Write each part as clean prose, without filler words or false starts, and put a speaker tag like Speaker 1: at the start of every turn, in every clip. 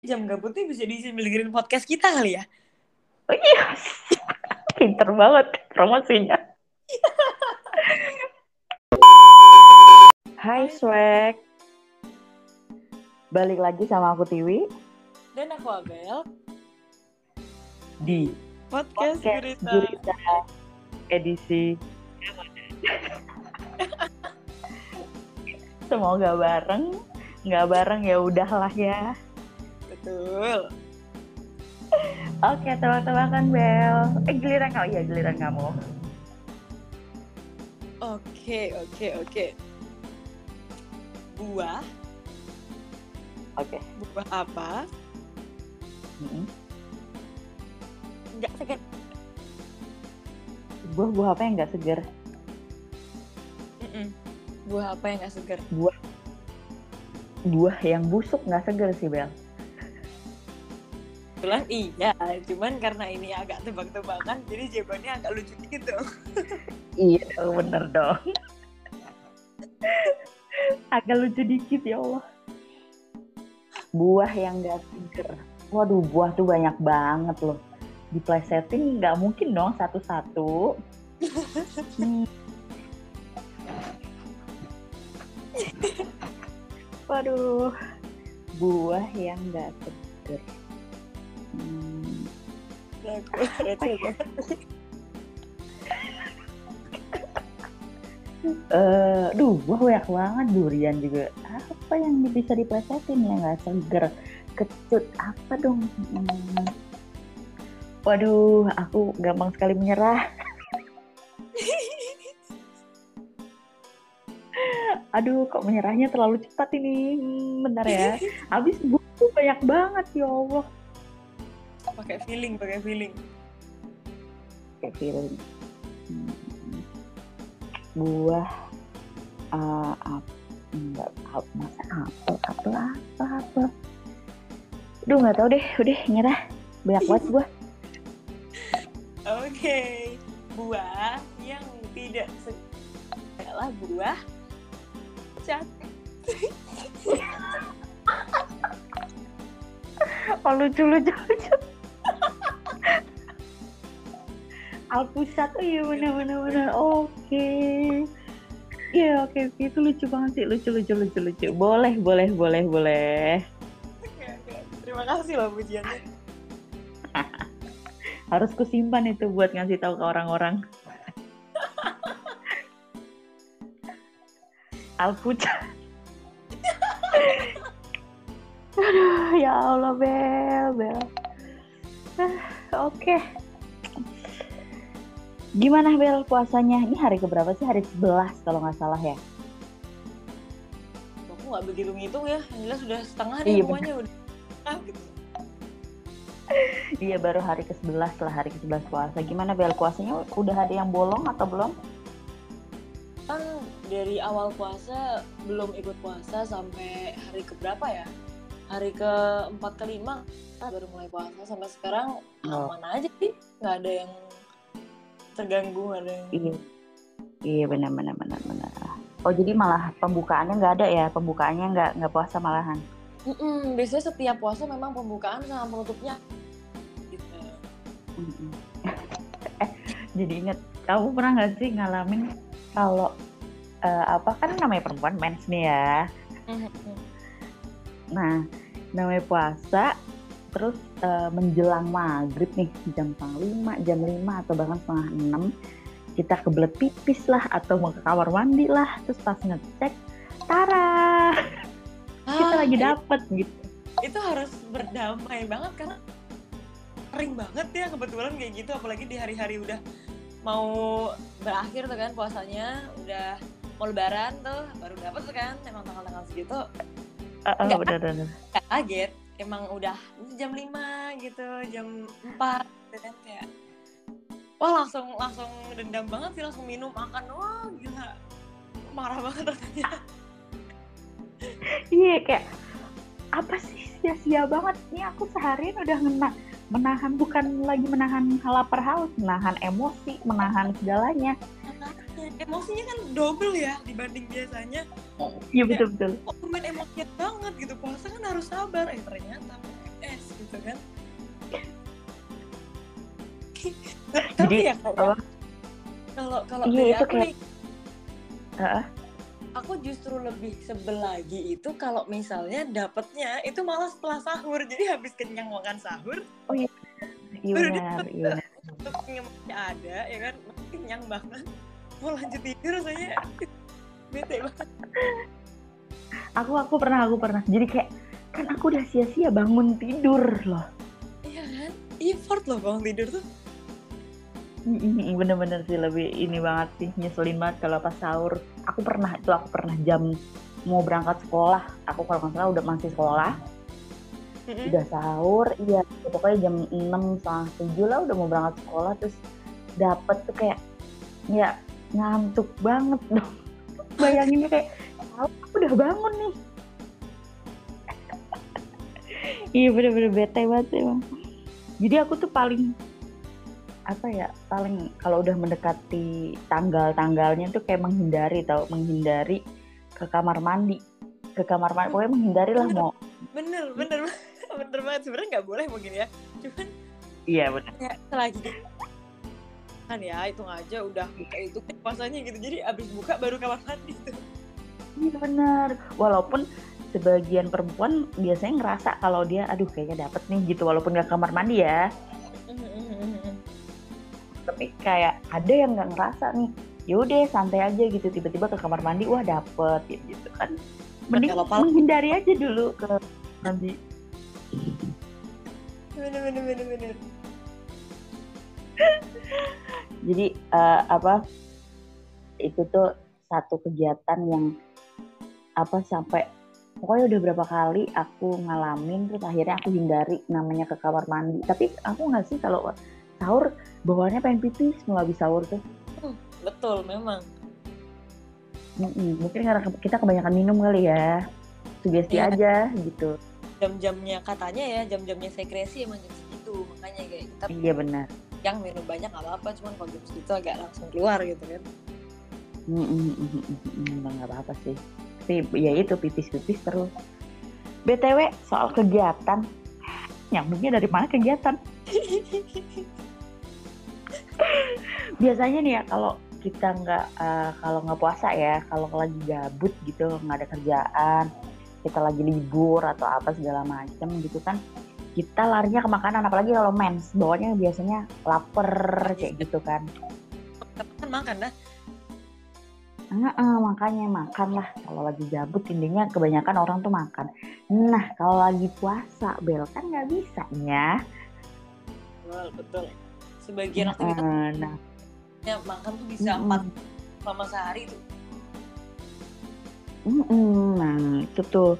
Speaker 1: Jam gabutnya bisa diisi dengerin podcast kita kali ya?
Speaker 2: Oh iya, pinter banget promosinya. Hai
Speaker 1: Hai,
Speaker 2: Swag, balik lagi sama aku Tiwi
Speaker 1: dan aku Abel
Speaker 2: di
Speaker 1: di podcast
Speaker 2: podcast
Speaker 1: Gurita.
Speaker 2: Gurita edisi. Semoga bareng, nggak bareng ya udahlah ya.
Speaker 1: Betul.
Speaker 2: Oke, tebak-tebakan Bel. Giliran kamu, iya giliran kamu.
Speaker 1: Oke. Buah
Speaker 2: Oke.
Speaker 1: apa? Enggak segar.
Speaker 2: Buah apa yang nggak segar?
Speaker 1: Buah apa yang nggak segar?
Speaker 2: Buah yang busuk nggak segar sih Bel.
Speaker 1: Kebetulan iya, cuman karena ini agak tebak-tebakan, jadi jawabannya agak lucu gitu.
Speaker 2: Iya, bener dong. Agak lucu dikit ya Allah. Buah yang nggak segar. Waduh, buah tuh banyak banget loh. Diplesetin nggak mungkin dong satu-satu. Waduh, buah yang nggak segar.
Speaker 1: Receh banget.
Speaker 2: Buah banyak banget. Durian juga. Apa yang bisa diplesetin ya nggak segar? Kecut apa dong? Waduh, aku gampang sekali menyerah. Aduh, kok menyerahnya terlalu cepat ini. Bentar ya. Habis buah tuh banyak banget ya Allah.
Speaker 1: Pakai feeling.
Speaker 2: Kayak feeling. Buah masa apel apa. Aduh, nggak tahu deh. Udah nyerah. Banyak banget buah.
Speaker 1: Oke. Buah yang tidak adalah buah cat.
Speaker 2: Oh, lucu. Alpukat, oh iya benar. Oke. Iya, oke. Itu lucu banget sih. Lucu. Boleh.
Speaker 1: Oke. Terima kasih loh pujiannya.
Speaker 2: Harus kusimpan itu buat ngasih tahu ke orang-orang. Alpukat. Aduh, ya Allah, Bel. Oke. Gimana Bel puasanya? Ini hari keberapa sih? Hari 11 kalau nggak salah ya.
Speaker 1: Aku nggak begitu ngitung ya. Yang jelas sudah setengah deh
Speaker 2: Iya,
Speaker 1: semuanya udah. Gitu.
Speaker 2: Iya, baru hari ke-11 lah, hari ke-11 puasa. Gimana Bel puasanya? Udah ada yang bolong atau belum?
Speaker 1: Kan dari awal puasa belum ikut puasa sampai hari keberapa ya? Hari ke-4 ke-5 baru mulai puasa. Sampai sekarang aman aja sih. Nggak ada yang terganggu, nggak ada yang...
Speaker 2: Iya, benar. Oh, jadi malah pembukaannya nggak ada ya? Pembukaannya nggak puasa malahan?
Speaker 1: Biasanya setiap puasa memang pembukaan sama penutupnya. Gitu.
Speaker 2: Jadi inget, kamu pernah nggak sih ngalamin kalau kan namanya perempuan mens nih ya? Nah, namanya puasa, terus menjelang maghrib nih, jam 5 atau bahkan 5:30, kita kebelet pipis lah, atau mau ke kamar mandi lah, terus pas ngecek, tara, kita lagi dapet gitu.
Speaker 1: Itu harus berdamai banget, karena sering banget ya kebetulan kayak gitu, apalagi di hari-hari udah mau berakhir tuh kan puasanya, udah mau lebaran tuh, baru dapet tuh kan, emang tanggal-tanggal segitu.
Speaker 2: Bener.
Speaker 1: Gak kaget, emang udah jam 5 gitu, jam 4 gitu kan, kayak wah langsung dendam banget sih, langsung minum, makan, wah gila, marah banget rasanya.
Speaker 2: Iya, kayak apa sih, sia-sia banget nih, aku seharian udah menahan, bukan lagi menahan lapar haus, menahan emosi, menahan segalanya.
Speaker 1: Emosinya kan double ya dibanding biasanya.
Speaker 2: Iya, betul.
Speaker 1: Kok main emosian banget gitu, puasa kan harus sabar, ternyata gitu kan.
Speaker 2: Jadi
Speaker 1: Tapi ya kayak kalau
Speaker 2: iya
Speaker 1: dari
Speaker 2: itu
Speaker 1: aku
Speaker 2: kayak
Speaker 1: nih, aku justru lebih sebel lagi itu kalau misalnya dapetnya itu malah setelah sahur, jadi habis kenyang makan sahur
Speaker 2: oh iya
Speaker 1: baru
Speaker 2: benar, iya benar.
Speaker 1: dapetnya masih ada ya kan, masih kenyang banget mau lanjut tidur rasanya bete banget.
Speaker 2: Aku pernah. Jadi kayak kan aku udah sia-sia bangun tidur loh.
Speaker 1: Iya kan, effort loh bangun tidur tuh.
Speaker 2: Bener-bener sih lebih ini banget sih, nyeselin banget kalau pas sahur. Aku pernah jam mau berangkat sekolah, aku kalau nggak salah udah masih sekolah, udah sahur, iya pokoknya jam 6:30 lah udah mau berangkat sekolah, terus dapet tuh kayak ya ngantuk banget dong. Bayanginnya kayak aku udah bangun nih. Iya bener-bener bete banget emang. Jadi aku tuh paling kalau udah mendekati tanggalnya tuh kayak menghindari ke kamar mandi pokoknya menghindari lah mau.
Speaker 1: Bener banget, sebenarnya nggak boleh mungkin ya, cuman
Speaker 2: Iya benar
Speaker 1: ya selagi kan ya hitung aja udah itu puasanya gitu, jadi abis buka baru kamar mandi tuh.
Speaker 2: iya benar, walaupun sebagian perempuan biasanya ngerasa kalau dia aduh kayaknya dapet nih gitu walaupun nggak kamar mandi ya. Tapi kayak ada yang nggak ngerasa nih, yaudah santai aja gitu, tiba-tiba ke kamar mandi wah dapet gitu kan, mending menghindari aja dulu ke mandi.
Speaker 1: Bener.
Speaker 2: Jadi itu tuh satu kegiatan yang sampai pokoknya udah berapa kali aku ngalamin terus akhirnya aku hindari namanya ke kamar mandi. Tapi aku nggak sih kalau sahur bawaannya pengen pipis mau habis sahur tuh.
Speaker 1: Betul memang.
Speaker 2: Mungkin karena kita kebanyakan minum kali ya, sugesti aja gitu.
Speaker 1: Jam-jamnya katanya ya, jam-jamnya sekresi emang jam segitu, makanya kayak kita
Speaker 2: iya benar,
Speaker 1: yang minum banyak nggak apa-apa, cuman kalau jam segitu agak langsung keluar gitu kan.
Speaker 2: Nggak apa-apa sih, tapi ya itu pipis terus. BTW soal kegiatan, nyambungnya dari mana kegiatan? Biasanya nih ya kalau kita nggak puasa ya, kalau lagi gabut gitu nggak ada kerjaan, kita lagi libur atau apa segala macam gitu kan, kita larinya ke makanan, apalagi kalau mens bawanya biasanya lapar kayak gitu kan.
Speaker 1: Makan dah.
Speaker 2: Makanya makan lah kalau lagi gabut, intinya kebanyakan orang tuh makan. Nah kalau lagi puasa Bel kan nggak bisa ya.
Speaker 1: Betul. Sebagian aktivitas makan tuh bisa 4 selama sehari tuh.
Speaker 2: Nah itu tuh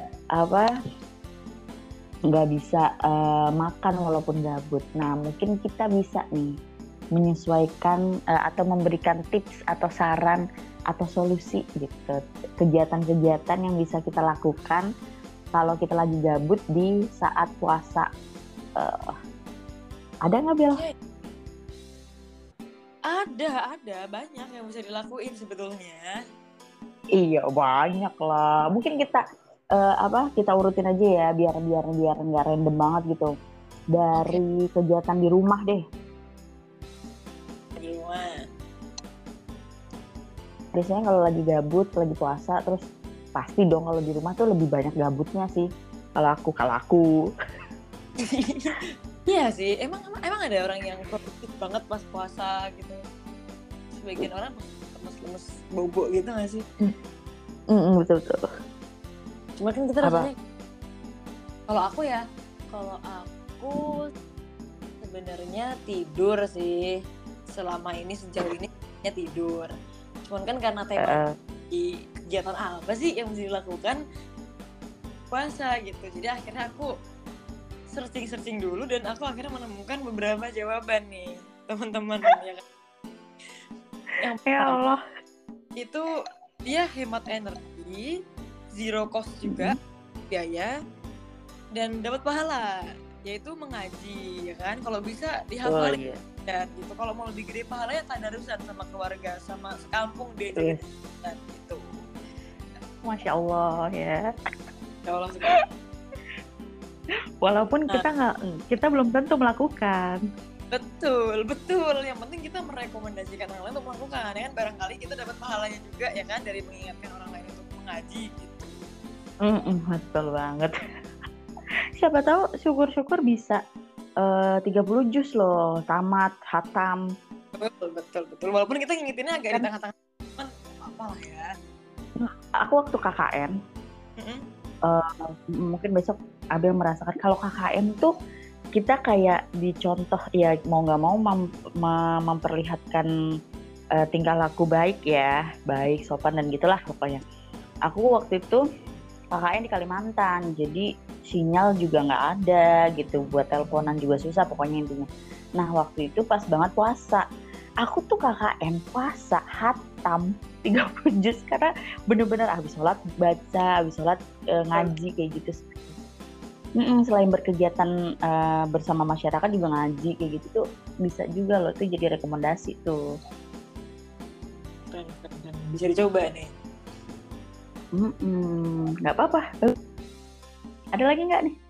Speaker 2: nggak bisa makan walaupun gabut. Nah mungkin kita bisa nih menyesuaikan atau memberikan tips atau saran atau solusi gitu, kegiatan-kegiatan yang bisa kita lakukan kalau kita lagi gabut di saat puasa. Ada nggak Bel?
Speaker 1: Ada banyak yang bisa dilakuin sebetulnya.
Speaker 2: Iya banyak lah. Mungkin kita kita urutin aja ya biar nggak random banget gitu. Dari kegiatan di rumah deh.
Speaker 1: Di rumah.
Speaker 2: Biasanya kalau lagi gabut, lagi puasa, terus pasti dong kalau di rumah tuh lebih banyak gabutnya sih. Kalau aku.
Speaker 1: Iya sih, emang ada orang yang produktif banget pas puasa gitu. Sebagian orang lemes bobo gitu nggak sih?
Speaker 2: Betul.
Speaker 1: Cuma kan kita rasanya, kalau aku sebenarnya tidur sih. Selama ini sejauh ini tidur. Cuman kan karena tema kegiatan apa sih yang mesti dilakukan puasa gitu. Jadi akhirnya aku searching dulu dan aku akhirnya menemukan beberapa jawaban nih teman-teman ya kan. Yang
Speaker 2: Allah
Speaker 1: itu dia hemat energi, zero cost juga biaya, dan dapat pahala, yaitu mengaji ya kan. Kalau bisa dihafalin dan gitu. Kalau mau lebih gede pahalanya tadarusan sama keluarga, sama sekampung deh dan gitu.
Speaker 2: Masya Allah ya.
Speaker 1: Ya Allah sekali.
Speaker 2: Walaupun
Speaker 1: Nah,
Speaker 2: kita belum tentu melakukan.
Speaker 1: betul, betul. Yang penting kita merekomendasikan orang lain untuk melakukan, ya kan? Barangkali kita dapat pahalanya juga, ya kan? Dari mengingatkan orang lain untuk mengaji, gitu.
Speaker 2: Betul banget. Siapa tahu syukur-syukur bisa 30 juz loh, tamat, hatam.
Speaker 1: Betul, betul, betul. Walaupun kita ngingetinnya agak di
Speaker 2: Kan
Speaker 1: tengah-tengah, cuman apa lah ya.
Speaker 2: aku waktu KKN,
Speaker 1: Mm-mm.
Speaker 2: mungkin besok Abel merasakan kalau KKN tuh kita kayak dicontoh ya mau nggak mau memperlihatkan tingkah laku baik ya, baik, sopan dan gitulah pokoknya. Aku waktu itu KKN di Kalimantan, jadi sinyal juga nggak ada gitu, buat teleponan juga susah pokoknya intinya. Nah waktu itu pas banget puasa, aku tuh KKN puasa hatam 30 juz karena bener-bener habis sholat baca, habis sholat ngaji kayak gitu. Selain berkegiatan bersama masyarakat juga ngaji kayak gitu tuh bisa juga loh, tuh jadi rekomendasi tuh.
Speaker 1: Keren. Bisa dicoba nih.
Speaker 2: Nggak apa-apa. Ada lagi nggak nih?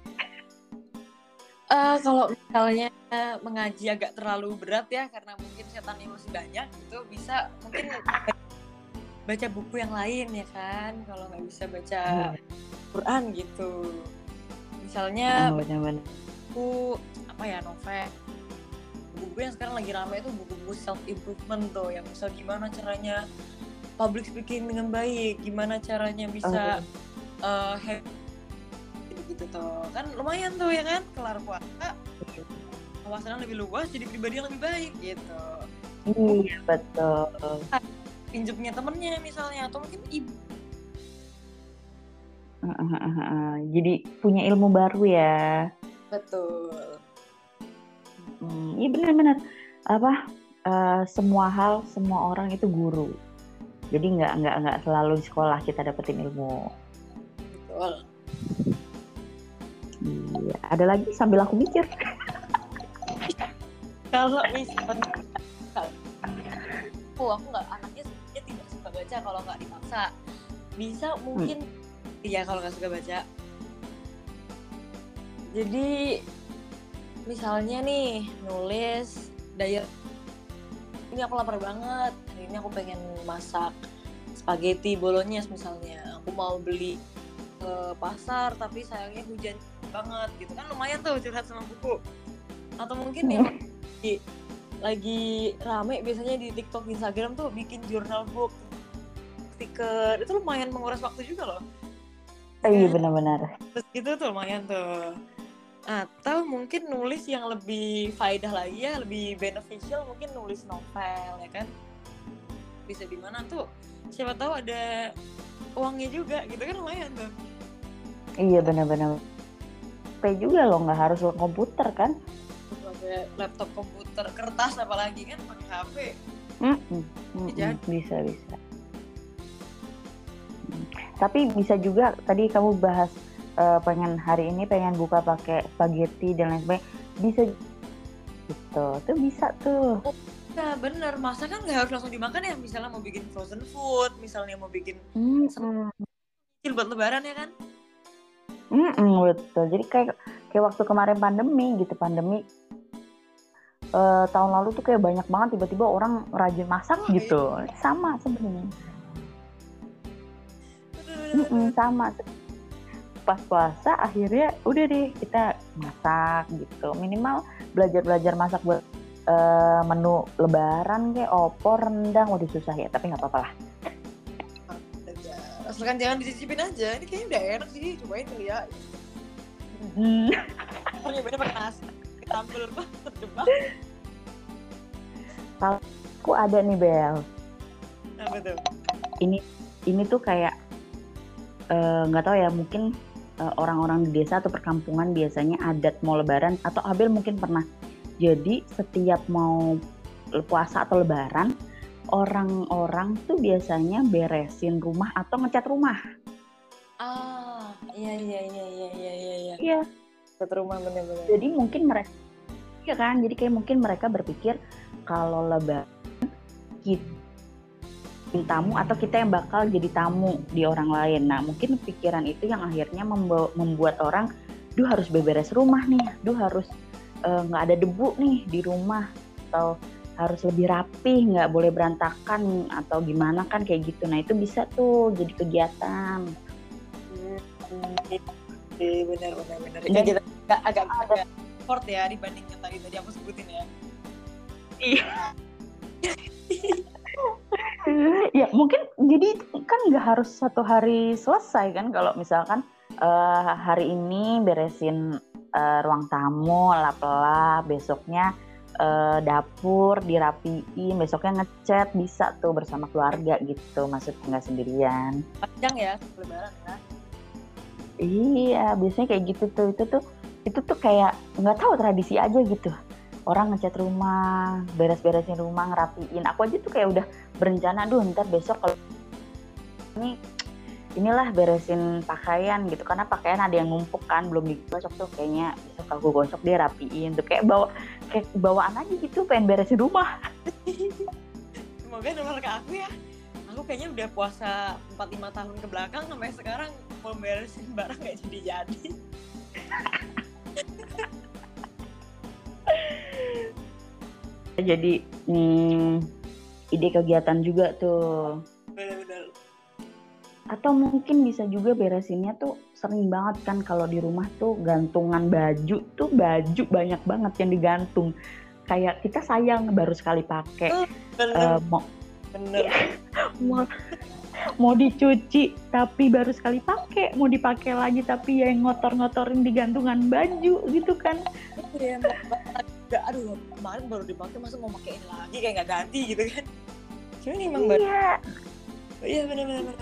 Speaker 1: Kalau misalnya mengaji agak terlalu berat ya, karena mungkin setannya masih banyak, gitu, bisa mungkin baca buku yang lain ya kan, kalau nggak bisa baca Quran gitu. Misalnya
Speaker 2: Benar-benar.
Speaker 1: buku apa ya, novel. Buku yang sekarang lagi ramai itu buku-buku self improvement tuh, yang misal gimana caranya public speaking dengan baik, gimana caranya bisa gitu tuh. Kan lumayan tuh ya kan, kelar puasa wawasan lebih luas, jadi pribadi yang lebih baik gitu.
Speaker 2: Iya betul.
Speaker 1: Pinjemnya temennya misalnya, atau mungkin ibu.
Speaker 2: Jadi punya ilmu baru ya.
Speaker 1: Betul.
Speaker 2: Iya benar-benar apa semua hal, semua orang itu guru. Jadi nggak selalu di sekolah kita dapetin ilmu.
Speaker 1: Betul.
Speaker 2: Iya. Ada lagi sambil aku mikir.
Speaker 1: Kalau misalnya aku nggak, anaknya sebenarnya tidak suka baca kalau nggak dipaksa. Bisa mungkin ya kalau nggak suka baca. Jadi misalnya nih nulis diary, ini aku lapar banget, hari ini aku pengen masak spaghetti bolognese misalnya, aku mau beli ke pasar tapi sayangnya hujan banget gitu kan, lumayan tuh curhat sama buku. Atau mungkin yang lagi rame biasanya di TikTok, Instagram tuh bikin journal book, stiker, itu lumayan menguras waktu juga loh.
Speaker 2: Iya benar-benar.
Speaker 1: Terus gitu tuh lumayan tuh. Atau mungkin nulis yang lebih faedah lagi ya, lebih beneficial, mungkin nulis novel ya kan. Bisa di mana tuh, siapa tahu ada uangnya juga gitu kan, lumayan tuh.
Speaker 2: Iya benar-benar. P juga loh, nggak harus komputer kan?
Speaker 1: Pakai laptop, komputer, kertas apalagi kan, pakai HP.
Speaker 2: Bisa. Tapi bisa juga tadi kamu bahas pengen hari ini pengen buka pakai spaghetti dan lain sebagainya, bisa gitu, tuh bisa tuh.
Speaker 1: Nah bener, masa kan nggak harus langsung dimakan ya, misalnya mau bikin frozen food, misalnya mau bikin kecil buat lebaran ya kan.
Speaker 2: Betul, jadi kayak waktu kemarin pandemi tahun lalu tuh kayak banyak banget tiba-tiba orang rajin masak gitu. Iya. Sama sebenarnya. Sama. Pas puasa akhirnya udah deh kita masak gitu, minimal belajar masak buat menu lebaran kayak opor, rendang, udah susah ya tapi nggak apa-apa lah.
Speaker 1: Asalkan jangan dicicipin aja, ini kayaknya udah enak sih, cobain kali ya. Nyobainnya pakai nasi, sambal banget jebak.
Speaker 2: Kalau aku ada nih Bel.
Speaker 1: Apa tuh?
Speaker 2: Ini tuh kayak nggak tahu ya, mungkin orang-orang di desa atau perkampungan biasanya adat mau lebaran, atau Abel mungkin pernah. Jadi setiap mau puasa atau lebaran, orang-orang tuh biasanya beresin rumah atau ngecat rumah.
Speaker 1: Iya.
Speaker 2: Iya.
Speaker 1: Ngecat rumah bener-bener.
Speaker 2: Jadi mungkin mereka, ya kan? Jadi kayak mungkin mereka berpikir kalau lebaran kita tamu atau kita yang bakal jadi tamu di orang lain. Nah mungkin pikiran itu yang akhirnya membuat orang duh harus beberes rumah nih, duh harus nggak ada debu nih di rumah, atau harus lebih rapi, nggak boleh berantakan atau gimana kan kayak gitu. Nah itu bisa tuh jadi kegiatan.
Speaker 1: Benar. Ini kita agak effort ya dibanding yang tadi aku sebutin ya.
Speaker 2: Iya. Ya mungkin jadi kan nggak harus satu hari selesai kan, kalau misalkan hari ini beresin ruang tamu, lap-lap, besoknya dapur dirapiin, besoknya ngecat, bisa tuh bersama keluarga gitu, maksudnya nggak sendirian.
Speaker 1: Panjang ya lebaran ya.
Speaker 2: Iya biasanya kayak gitu tuh, itu tuh kayak nggak tahu tradisi aja gitu. Orang ngecat rumah, beres-beresin rumah, ngerapiin. Aku aja tuh kayak udah berencana, ntar besok kalau inilah beresin pakaian gitu, karena pakaian ada yang numpuk kan, belum digosok tuh, kayaknya besok aku gosok dia rapiin tuh, kayak bawaan aja gitu, pengen beresin rumah.
Speaker 1: Semoga nular ke aku ya. Aku kayaknya udah puasa 4-5 tahun ke belakang sampai sekarang mau beresin barang gak jadi.
Speaker 2: Jadi ide kegiatan juga tuh.
Speaker 1: Bener-bener.
Speaker 2: Atau mungkin bisa juga beresinnya tuh sering banget kan kalau di rumah tuh gantungan baju banyak banget yang digantung. Kayak kita sayang baru sekali pakai. Mau dicuci tapi baru sekali pakai, mau dipakai lagi tapi ya yang ngotor-ngotorin di gantungan baju gitu kan.
Speaker 1: Iya, aduh kemarin baru dipakai, masa mau pakai ini lagi, kayak nggak ganti gitu kan. Cuma ini emang baru. Iya benar.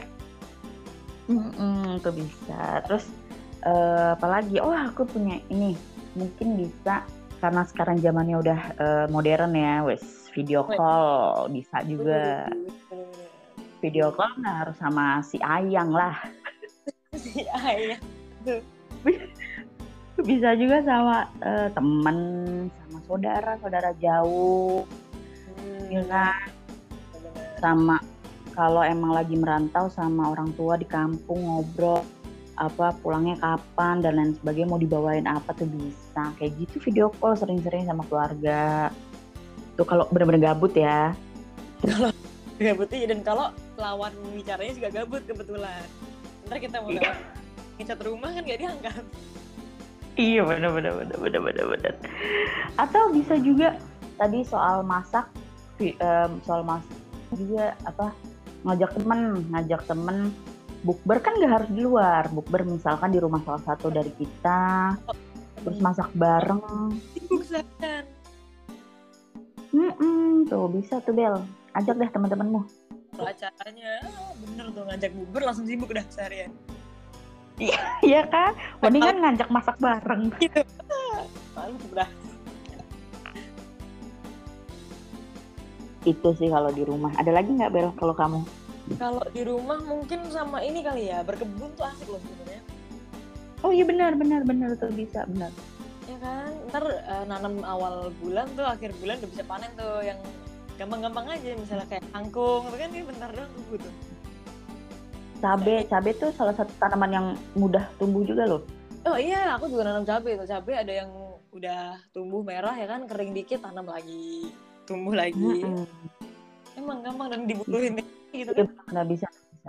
Speaker 2: Tuh bisa. Terus apalagi? Oh aku punya ini, mungkin bisa karena sekarang zamannya udah modern ya, video call bisa juga. Video call nggak harus sama si Ayang lah.
Speaker 1: Si Ayang tuh.
Speaker 2: Bisa juga sama temen, sama saudara jauh, ya kan? Sama kalau emang lagi merantau sama orang tua di kampung, ngobrol apa pulangnya kapan dan lain sebagainya, mau dibawain apa tuh bisa. Kayak gitu video call sering-sering sama keluarga. Tuh kalau benar-benar gabut ya.
Speaker 1: Kalau gabutnya, dan kalau lawan bicaranya juga gabut kebetulan. Ntar kita mau ngecat rumah kan gak diangkat.
Speaker 2: Iya benar. Atau bisa juga tadi soal masak juga apa, ngajak temen bukber kan nggak harus di luar, bukber misalkan di rumah salah satu dari kita, terus masak bareng.
Speaker 1: Sibuk seharian.
Speaker 2: Tuh bisa tuh Bel, ajak deh teman-temanmu.
Speaker 1: Kalau acaranya bener tuh ngajak bukber langsung sibuk dah seharian.
Speaker 2: Iya kan, mendingan ngajak masak bareng.
Speaker 1: Gitu. Malu dah.
Speaker 2: Itu sih kalau di rumah. Ada lagi nggak Bel kalau kamu?
Speaker 1: Kalau di rumah mungkin sama ini kali ya, berkebun tuh asik loh sebenarnya.
Speaker 2: Oh iya benar tuh, bisa benar.
Speaker 1: Ya kan, ntar nanam awal bulan tuh, akhir bulan udah bisa panen tuh, yang gampang-gampang aja, misalnya kayak kangkung, itu kan ini bentar doang tumbuh tuh.
Speaker 2: Cabe tuh salah satu tanaman yang mudah tumbuh juga loh.
Speaker 1: Oh iya, aku juga nanam cabe tuh. Cabe ada yang udah tumbuh merah ya kan, kering dikit tanam lagi, tumbuh lagi. Emang gampang dan dibutuhin gitu kan.
Speaker 2: Nggak bisa.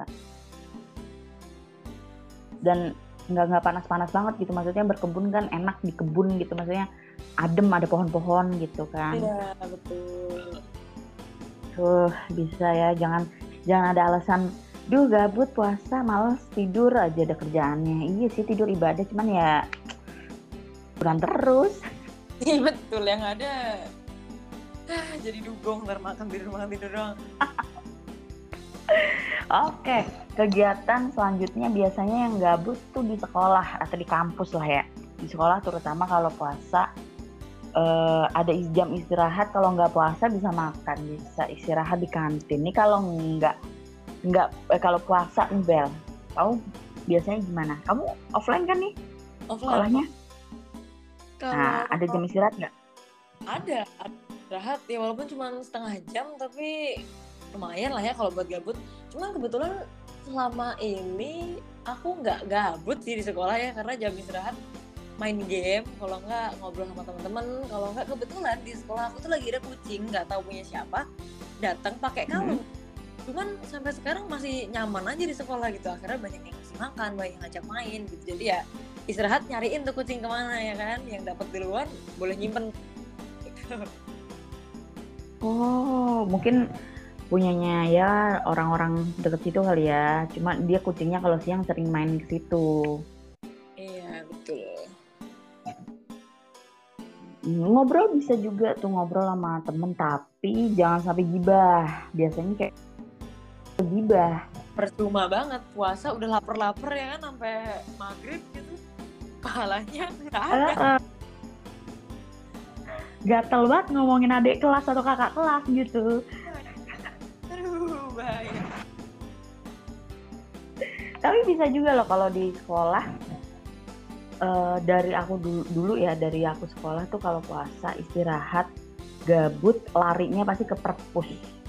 Speaker 2: Dan nggak panas-panas banget gitu, maksudnya berkebun kan enak di kebun gitu, maksudnya adem, ada pohon-pohon gitu kan.
Speaker 1: Iya betul.
Speaker 2: Tuh bisa ya, jangan ada alasan duh gabut puasa males tidur aja, ada kerjaannya. Iya sih tidur ibadah, cuman ya kurang terus.
Speaker 1: Iya betul, yang ada jadi dugong, ntar makan tidur doang.
Speaker 2: Oke, kegiatan selanjutnya biasanya yang gabut tuh di sekolah atau di kampus lah ya. Di sekolah terutama kalau puasa ada jam istirahat, kalau nggak puasa bisa makan, bisa istirahat di kantin. Nih kalau kalau puasa nih Bel, kamu biasanya gimana? Kamu offline kan nih? Sekolahnya? Nah, ada jam istirahat nggak?
Speaker 1: Ada istirahat ya, walaupun cuma setengah jam tapi lumayan lah ya kalau buat gabut. Cuman kebetulan selama ini aku nggak gabut sih di sekolah ya, karena jam istirahat main game, kalau enggak ngobrol sama teman-teman, kalau enggak kebetulan di sekolah aku tuh lagi ada kucing, nggak tahu punya siapa, datang pakai kalung. Cuman sampai sekarang masih nyaman aja di sekolah gitu, akhirnya banyak yang ngasih makan, banyak yang ngajak main gitu. Jadi ya istirahat nyariin tuh kucing kemana ya kan, yang dapat duluan boleh nyimpen gitu.
Speaker 2: Oh, mungkin punyanya ya orang-orang deket situ kali ya. Cuma dia kucingnya kalau siang sering main ke situ.
Speaker 1: Iya betul.
Speaker 2: Ngobrol bisa juga tuh ngobrol sama temen, tapi jangan sampai gibah. Biasanya kayak gibah.
Speaker 1: Percuma banget puasa udah lapar-lapar ya kan sampai maghrib gitu, pahalanya nggak ada.
Speaker 2: Gatel banget ngomongin adik kelas atau kakak kelas gitu.
Speaker 1: Aduh bahaya.
Speaker 2: Tapi bisa juga loh kalau di sekolah. Dari aku dulu ya, dari aku sekolah tuh kalau puasa istirahat gabut larinya pasti ke perpus.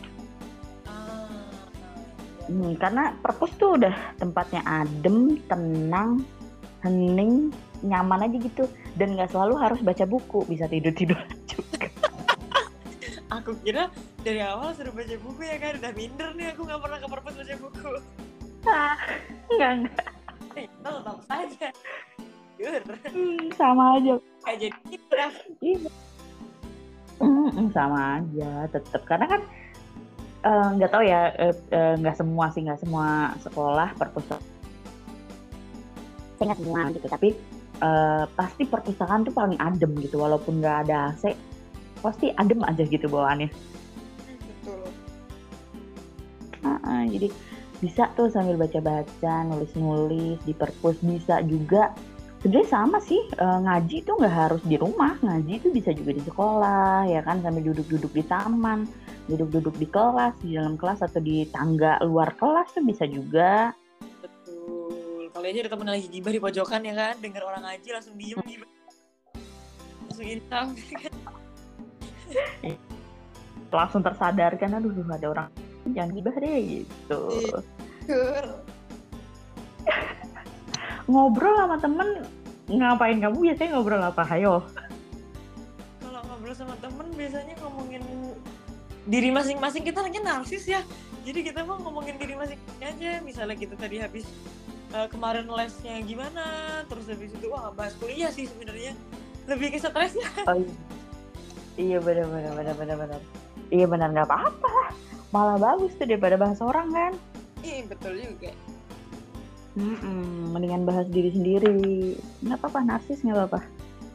Speaker 2: Karena perpus tuh udah tempatnya adem, tenang, hening, nyaman aja gitu, dan nggak selalu harus baca buku, bisa tidur juga.
Speaker 1: Aku kira dari awal suruh baca buku ya kan, udah minder nih aku nggak pernah ke perpus baca buku.
Speaker 2: Enggak.
Speaker 1: Tetap saja.
Speaker 2: Sama aja.
Speaker 1: Kayak jadi kita.
Speaker 2: Sama aja, tetap karena kan nggak tahu ya, nggak semua sekolah perpustakaan nggak semua gitu, tapi pasti perpustakaan tuh paling adem gitu, walaupun nggak ada AC pasti adem aja gitu bawaannya.
Speaker 1: Betul.
Speaker 2: Jadi bisa tuh sambil baca-baca, nulis-nulis di perpus. Bisa juga sebenarnya sama sih, ngaji tuh nggak harus di rumah, ngaji tuh bisa juga di sekolah ya kan, sambil duduk-duduk di taman, duduk-duduk di kelas, di dalam kelas atau di tangga luar kelas tuh bisa juga.
Speaker 1: Betul. Kali aja ada temen lagi gibah di pojokan ya kan, dengar orang ngaji langsung diem gibah, langsung insaf.
Speaker 2: Langsung tersadarkan, aduh ada orang, jangan gibah deh gitu. Ngobrol sama temen, ngapain kamu biasanya ngobrol apa? Hayo.
Speaker 1: Kalau ngobrol sama temen biasanya ngomongin diri masing-masing. Kita kan narsis ya, jadi kita mau ngomongin diri masing-masing aja. Misalnya kita tadi habis kemarin lesnya gimana, terus habis itu bahas kuliah sih sebenarnya, lebih ke stresnya.
Speaker 2: Oh, iya benar. Iya benar, nggak apa-apa, malah bagus tuh daripada bahas orang kan.
Speaker 1: Iya betul juga.
Speaker 2: Mendingan bahas diri sendiri. Nggak apa-apa, narsis nggak apa-apa.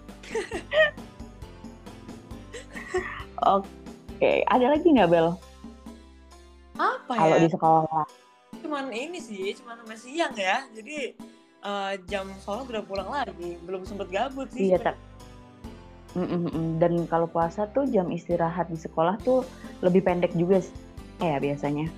Speaker 2: Oke, ada lagi nggak Bel?
Speaker 1: Apa ya?
Speaker 2: Kalau di sekolah?
Speaker 1: Cuman ini sih, cuman sampai siang ya. Jadi jam sholat udah pulang lagi, belum sempet gabut sih.
Speaker 2: Iya, dan kalau puasa tuh jam istirahat di sekolah tuh lebih pendek juga sih ya biasanya.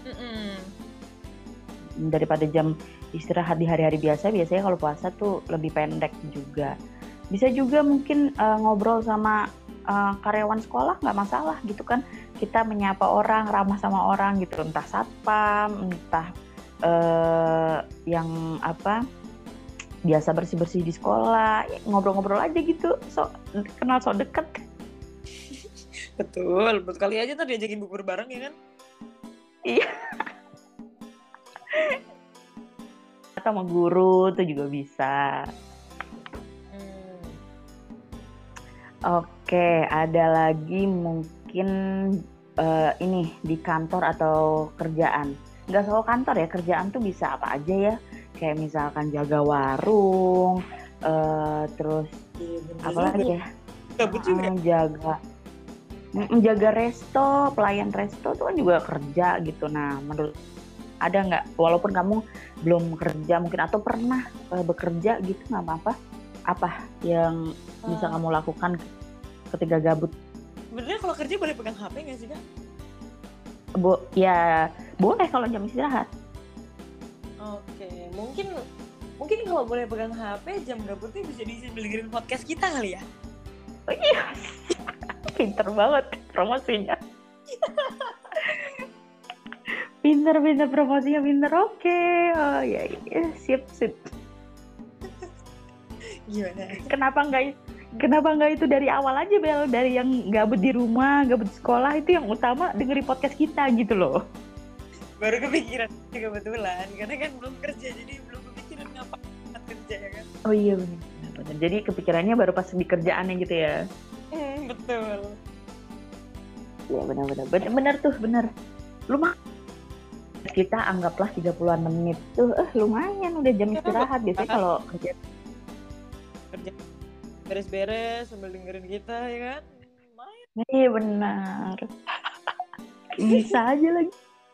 Speaker 2: Daripada jam istirahat di hari-hari biasanya kalau puasa tuh lebih pendek juga. Bisa juga mungkin ngobrol sama karyawan sekolah, nggak masalah gitu kan, kita menyapa orang, ramah sama orang gitu, entah satpam, entah yang apa biasa bersih-bersih di sekolah, ngobrol-ngobrol aja gitu, kenal deket.
Speaker 1: Betul kali aja ntar diajakin bubur bareng ya kan.
Speaker 2: Iya. Atau sama guru tuh juga bisa. Oke, ada lagi mungkin ini di kantor atau kerjaan. Nggak selalu kantor ya, kerjaan tuh bisa apa aja ya. Kayak misalkan jaga warung, terus apa lagi ya? Jaga resto, pelayan resto tuh kan juga kerja gitu. Nah, menurut ada nggak, walaupun kamu belum kerja mungkin atau pernah bekerja gitu, nggak apa-apa, apa yang bisa kamu lakukan ketika gabut?
Speaker 1: Sebenarnya kalau kerja boleh pegang HP nggak sih Kak?
Speaker 2: Ya boleh kalau jam istirahat.
Speaker 1: Oke, mungkin kalau boleh pegang HP jam gabutnya bisa diisi dengerin podcast kita kali ya.
Speaker 2: Oh iya, pinter banget promosinya. Pinter promosinya, pinter. Oke. Oh ya, sip.
Speaker 1: Gimana?
Speaker 2: Kenapa nggak itu dari awal aja, Bel? Dari yang gabut di rumah, gabut di sekolah, itu yang utama dengerin podcast kita gitu loh.
Speaker 1: Baru kepikiran kebetulan, karena kan belum kerja, jadi belum kepikiran ngapain kerja ya kan.
Speaker 2: Oh iya benar. Jadi kepikirannya baru pas di kerjaannya gitu ya.
Speaker 1: Betul.
Speaker 2: Iya benar tuh, benar. Lumayan. Kita anggaplah 30-an menit tuh, lumayan udah jam istirahat. Biasanya kalau kerja
Speaker 1: beres-beres sambil dengerin kita ya kan. Lumayan.
Speaker 2: Iya benar. Bisa aja lagi.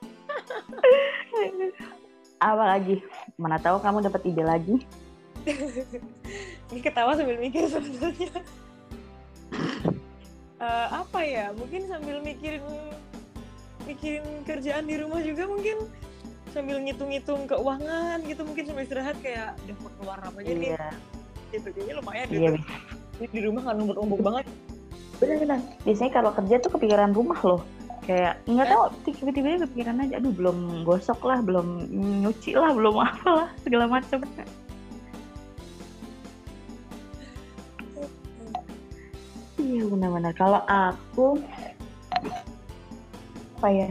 Speaker 2: Apa lagi? Mana tahu kamu dapat ide lagi.
Speaker 1: Ini ketawa sambil mikir sebenarnya. Apa ya? Mungkin sambil mikirin kerjaan di rumah juga, mungkin sambil ngitung-ngitung keuangan gitu, mungkin sambil istirahat kayak udah mau keluar apa aja nih. Gitu kayaknya lumayan gitu. Di rumah kan numpuk-numpuk banget.
Speaker 2: Benar. Biasanya kalau kerja tuh kepikiran rumah loh. Kayak nggak tahu tiba-tiba kepikiran aja, aduh belum gosok lah, belum nyuci lah, belum apalah segala macam. Iya benar-benar. Kalau aku apa ya?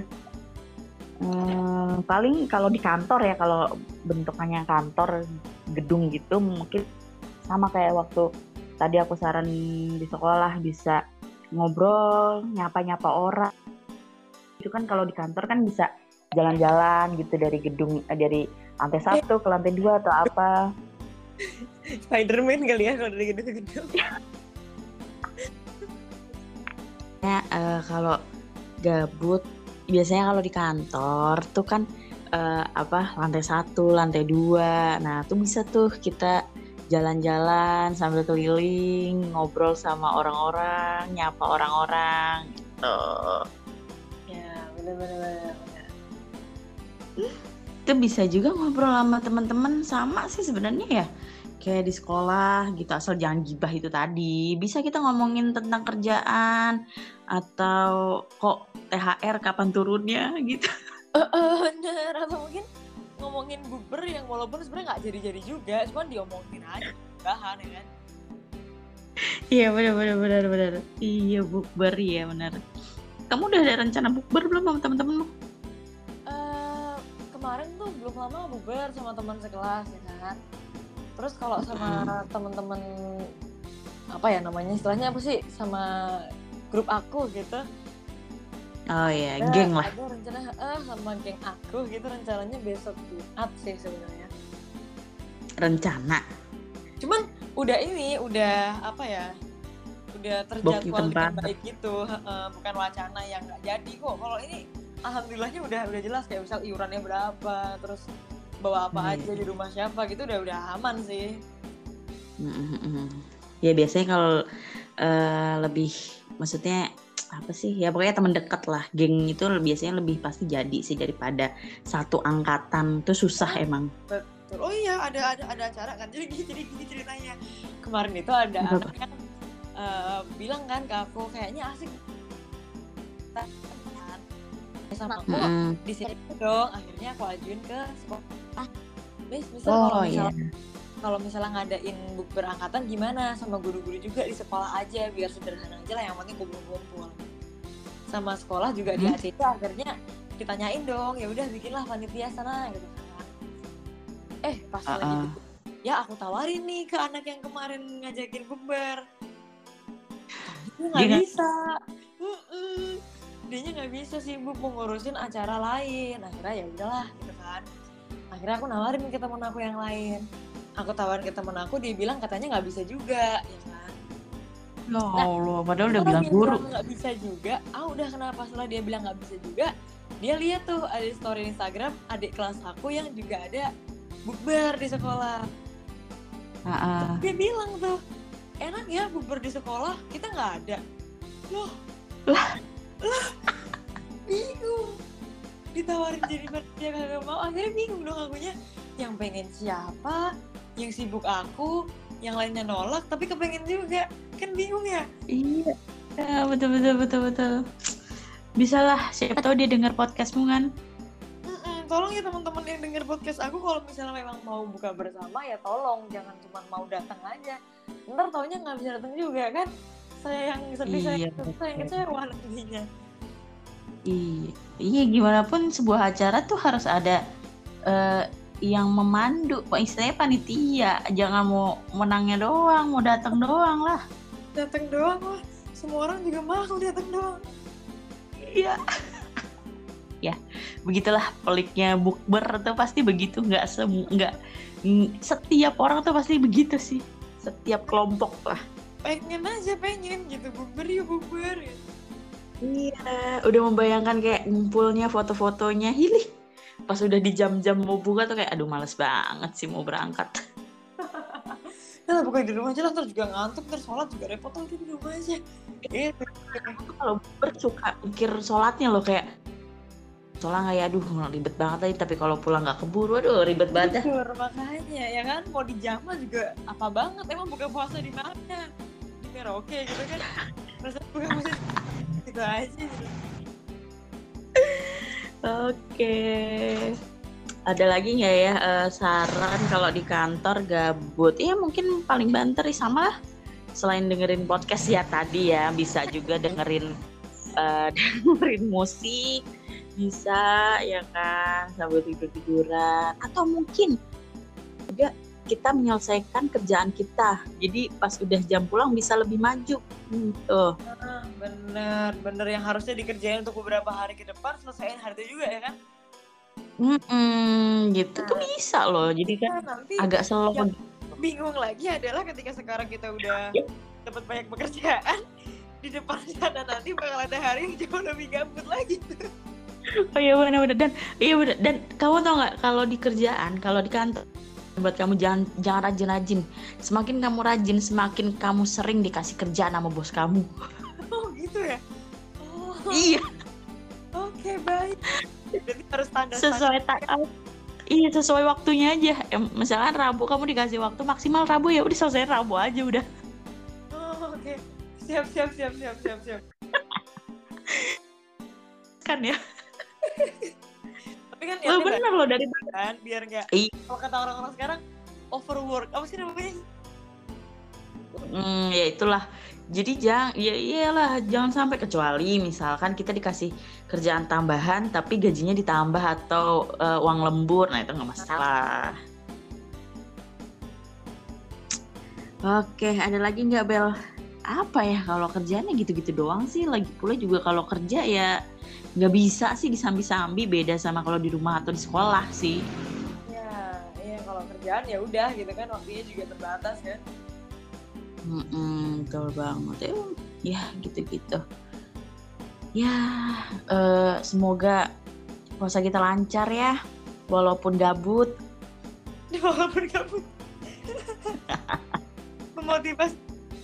Speaker 2: Paling kalau di kantor ya, kalau bentukannya kantor gedung gitu, mungkin sama kayak waktu tadi aku saran di sekolah, bisa ngobrol, nyapa-nyapa orang. Itu kan kalau di kantor kan bisa jalan-jalan gitu dari gedung, dari lantai 1 ke lantai 2 atau apa.
Speaker 1: Spiderman kali ya kalau dari gedung-gedung.
Speaker 2: Ya, kalau gabut biasanya kalau di kantor tuh kan lantai 1, lantai 2. Nah, tuh bisa tuh kita jalan-jalan sambil keliling, ngobrol sama orang-orang, nyapa orang-orang gitu.
Speaker 1: Ya, benar.
Speaker 2: Itu bisa juga ngobrol sama teman-teman, sama sih sebenarnya ya. Kayak di sekolah gitu, asal jangan gibah itu tadi. Bisa kita ngomongin tentang kerjaan atau kok THR kapan turunnya gitu.
Speaker 1: Bener, atau mungkin ngomongin bukber yang walaupun sebenarnya nggak jadi-jadi juga, cuma diomongin aja bahan ya kan.
Speaker 2: Iya benar. Iya bukber ya benar. Kamu udah ada rencana bukber belum sama teman-teman lu?
Speaker 1: Kemarin tuh belum lama bukber sama teman sekelas ya kan. Terus kalau sama teman-teman apa ya namanya, istilahnya apa sih, sama grup aku gitu.
Speaker 2: Oh iya, geng lah.
Speaker 1: Ada rencana sama geng aku gitu, rencananya besok Jumat sih sebenarnya.
Speaker 2: Rencana.
Speaker 1: Cuman udah apa ya? Udah terjadwal dengan baik gitu, bukan wacana yang nggak jadi kok. Kalau ini alhamdulillahnya udah jelas, kayak misal iurannya berapa, terus bawa apa aja di rumah siapa gitu, udah aman sih. Ya biasanya kalau lebih, maksudnya apa sih ya, pokoknya teman dekat lah, geng itu biasanya lebih pasti jadi sih daripada satu angkatan, tuh susah emang. Betul. Oh iya, ada acara kan, jadi gini ceritanya. Kemarin itu ada anak yang bilang kan ke aku, kayaknya asik sama aku di sini dong. Akhirnya aku ajuin ke sekolah. Misal kalau misalnya ngadain bukber angkatan gimana, sama guru-guru juga di sekolah aja, biar sederhana aja lah, yang penting kumpul-kumpul. Sama sekolah juga di ACC, akhirnya ditanyain dong, ya udah bikinlah panitia sana gitu kan. Pas lagi ya aku tawarin nih ke anak yang kemarin ngajakin bukber, dia nggak bisa. Dianya nggak bisa, sibuk mau ngurusin acara lain. Akhirnya ya udahlah gitu kan. Akhirnya aku nawarin ke temen aku yang lain. Aku tawarin ke temen aku, dia bilang katanya nggak bisa juga, ya kan.
Speaker 2: Ya Allah, padahal udah bilang guru.
Speaker 1: Nggak bisa juga. Udah, kenapa setelah dia bilang nggak bisa juga, dia lihat tuh ada story Instagram adik kelas aku yang juga ada bukber di sekolah. Dia bilang tuh, enak ya bukber di sekolah, kita nggak ada. Loh, bingung. Ditawarin jadi panitia kagak mau, akhirnya bingung dong akunya. Yang pengen siapa, yang sibuk aku, yang lainnya nolak tapi kepengen juga, kan bingung ya.
Speaker 2: Iya, betul. Bisalah, siapa tahu dia dengar podcastmu kan.
Speaker 1: tolong ya teman-teman yang denger podcast aku, kalau misalnya memang mau buka bersama ya tolong jangan cuma mau datang aja. Ntar taunya nggak bisa datang juga kan? Saya yang sedih, saya yang kecewa nantinya.
Speaker 3: Iya, gimana pun sebuah acara tuh harus ada yang memandu, istilahnya panitia. Jangan mau menangnya doang, mau datang doang lah.
Speaker 1: Datang doang lah, semua orang juga mau datang doang.
Speaker 3: Iya. Ya, begitulah peliknya bukber tuh pasti begitu, nggak setiap orang tuh pasti begitu sih, setiap kelompok lah.
Speaker 1: Pengen gitu, bukber yuk bukber.
Speaker 3: Iya, udah membayangkan kayak ngumpulnya foto-fotonya, hilih. Pas udah di jam-jam mau buka tuh kayak aduh males banget sih mau berangkat.
Speaker 1: Nah, bukan di rumah aja lah, ntar juga ngantuk, ntar sholat juga repot, udah di rumah aja. Gitu.
Speaker 3: Kalau suka mikir sholatnya loh, kayak sholat nggak ya, aduh ribet banget tadi, tapi kalau pulang nggak keburu, aduh ribet banget.
Speaker 1: Makanya, ya kan, mau di jamaah juga apa banget, emang buka puasa di mana? Di Merauke gitu kan, masa buka puasa gitu aja gitu.
Speaker 3: Oke. Ada lagi nggak ya saran kalau di kantor gabut? Ya mungkin paling banter sama lah. Selain dengerin podcast ya tadi ya, bisa juga dengerin musik, bisa ya kan sambil tidur-tiduran. Atau mungkin juga kita menyelesaikan kerjaan kita. Jadi pas udah jam pulang bisa lebih maju. Gitu.
Speaker 1: Bener yang harusnya dikerjain untuk beberapa hari ke depan, selesaiin hari itu juga ya kan?
Speaker 3: Gitu tuh bisa loh. Jadi kan agak slow.
Speaker 1: Bingung lagi adalah ketika sekarang kita udah dapat banyak pekerjaan, di depan sana nanti bakal ada hari yang jauh lebih gabut lagi tuh.
Speaker 3: Oh iya benar dan kamu tau nggak, kalau di kerjaan, kalau di kantor, buat kamu jangan rajin-rajin. Semakin kamu rajin, semakin kamu sering dikasih kerjaan sama bos kamu.
Speaker 1: Oh gitu ya? Oh.
Speaker 3: Iya.
Speaker 1: Oke, baik. Jadi harus
Speaker 3: sesuai waktunya aja. Misalkan Rabu kamu dikasih waktu maksimal Rabu, ya udah selesai Rabu aja udah.
Speaker 1: Oh, oke. Siap.
Speaker 3: Kan ya.
Speaker 1: Tapi kan
Speaker 3: ya benar loh, dari
Speaker 1: kan biar nggak. Kalau kata orang-orang sekarang overwork, apa sih namanya?
Speaker 3: Ya itulah. Jadi jangan sampai, kecuali misalkan kita dikasih kerjaan tambahan tapi gajinya ditambah atau uang lembur, nah itu nggak masalah. Oke, ada lagi nggak Bel? Apa ya, kalau kerjaannya gitu-gitu doang sih. Lagi pula juga kalau kerja ya nggak bisa sih disambi-sambi, beda sama kalau di rumah atau di sekolah sih.
Speaker 1: Iya kalau kerjaan ya udah gitu kan, waktunya juga terbatas kan.
Speaker 3: Betul banget ya gitu-gitu ya. Semoga puasa kita lancar ya, walaupun gabut.
Speaker 1: Memotivasi.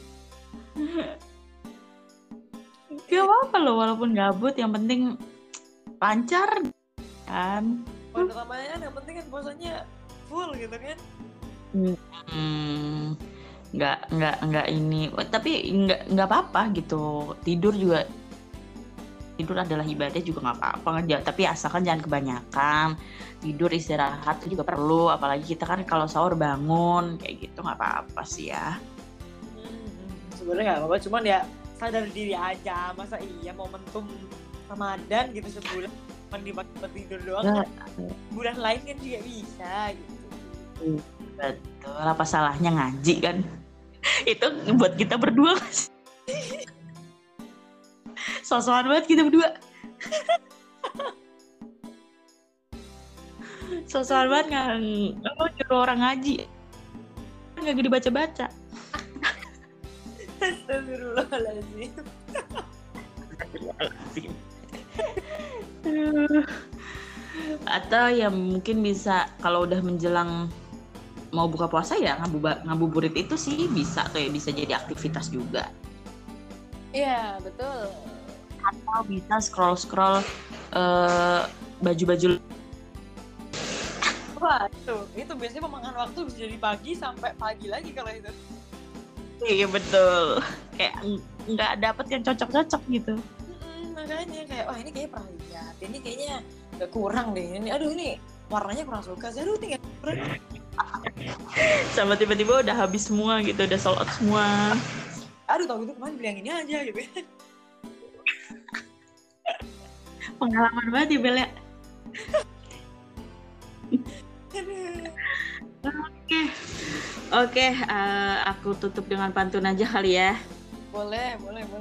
Speaker 3: Gak apa-apa loh walaupun gabut, yang penting lancar kan.
Speaker 1: Utamanya yang penting kan puasanya full gitu kan.
Speaker 3: Nggak ini, tapi nggak apa-apa gitu. Tidur adalah ibadah juga, nggak apa-apa, tapi asalkan jangan kebanyakan. Tidur, istirahat itu juga perlu, apalagi kita kan kalau sahur bangun kayak gitu, nggak apa-apa sih ya.
Speaker 1: Sebenarnya nggak apa-apa, cuman ya sadar diri aja. Masa iya momentum Ramadan gitu sebulan cuma dipakai tidur doang, bulan lain kan juga bisa gitu.
Speaker 3: Betul, apa salahnya ngaji kan? Itu buat kita berdua. Sosokan banget kita berdua. Sosokan banget nyuruh orang ngaji, nggak gede baca-baca.
Speaker 1: Astagfirullahaladzim.
Speaker 3: Atau ya mungkin bisa kalau udah menjelang mau buka puasa ya ngabuburit itu sih bisa, kayak bisa jadi aktivitas juga.
Speaker 1: Iya betul.
Speaker 3: Atau bisa scroll baju-baju.
Speaker 1: Wah itu biasanya memakan waktu bisa dari pagi sampai pagi lagi kalau itu.
Speaker 3: Iya betul, kayak nggak dapet yang cocok-cocok gitu.
Speaker 1: Makanya kayak wah ini kayaknya pernah lihat, ini kayaknya Gak kurang deh ini. Aduh ini warnanya kurang suka sih. Aduh tinggal kurang.
Speaker 3: Sama tiba-tiba udah habis semua gitu, udah sold out semua.
Speaker 1: Aduh tau gitu kemarin beli yang ini aja gitu.
Speaker 3: Pengalaman banget ya Bel ya. Oke, aku tutup dengan pantun aja kali ya.
Speaker 1: Boleh.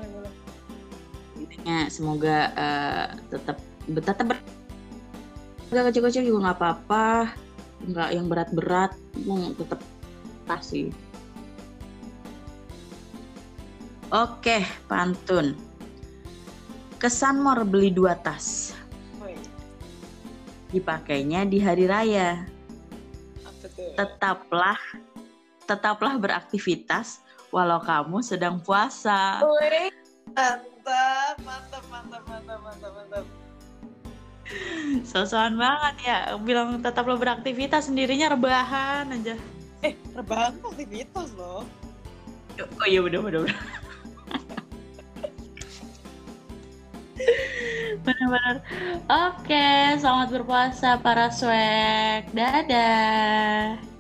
Speaker 3: Intinya semoga tetap nggak kecil-kecil juga nggak apa-apa, nggak yang berat-berat, tetap pasti. Oke, pantun. Kesan Mor beli 2 tas, dipakainya di hari raya.
Speaker 1: Apa tuh?
Speaker 3: Tetaplah beraktivitas walau kamu sedang puasa.
Speaker 1: Wih, mantap.
Speaker 3: Sosokan banget ya, bilang tetaplah beraktivitas, sendirinya rebahan aja.
Speaker 1: Rebahan tuh aktivitas loh.
Speaker 3: Oh iya bener. Benar-benar. Oke, selamat berpuasa para swag. Dadah.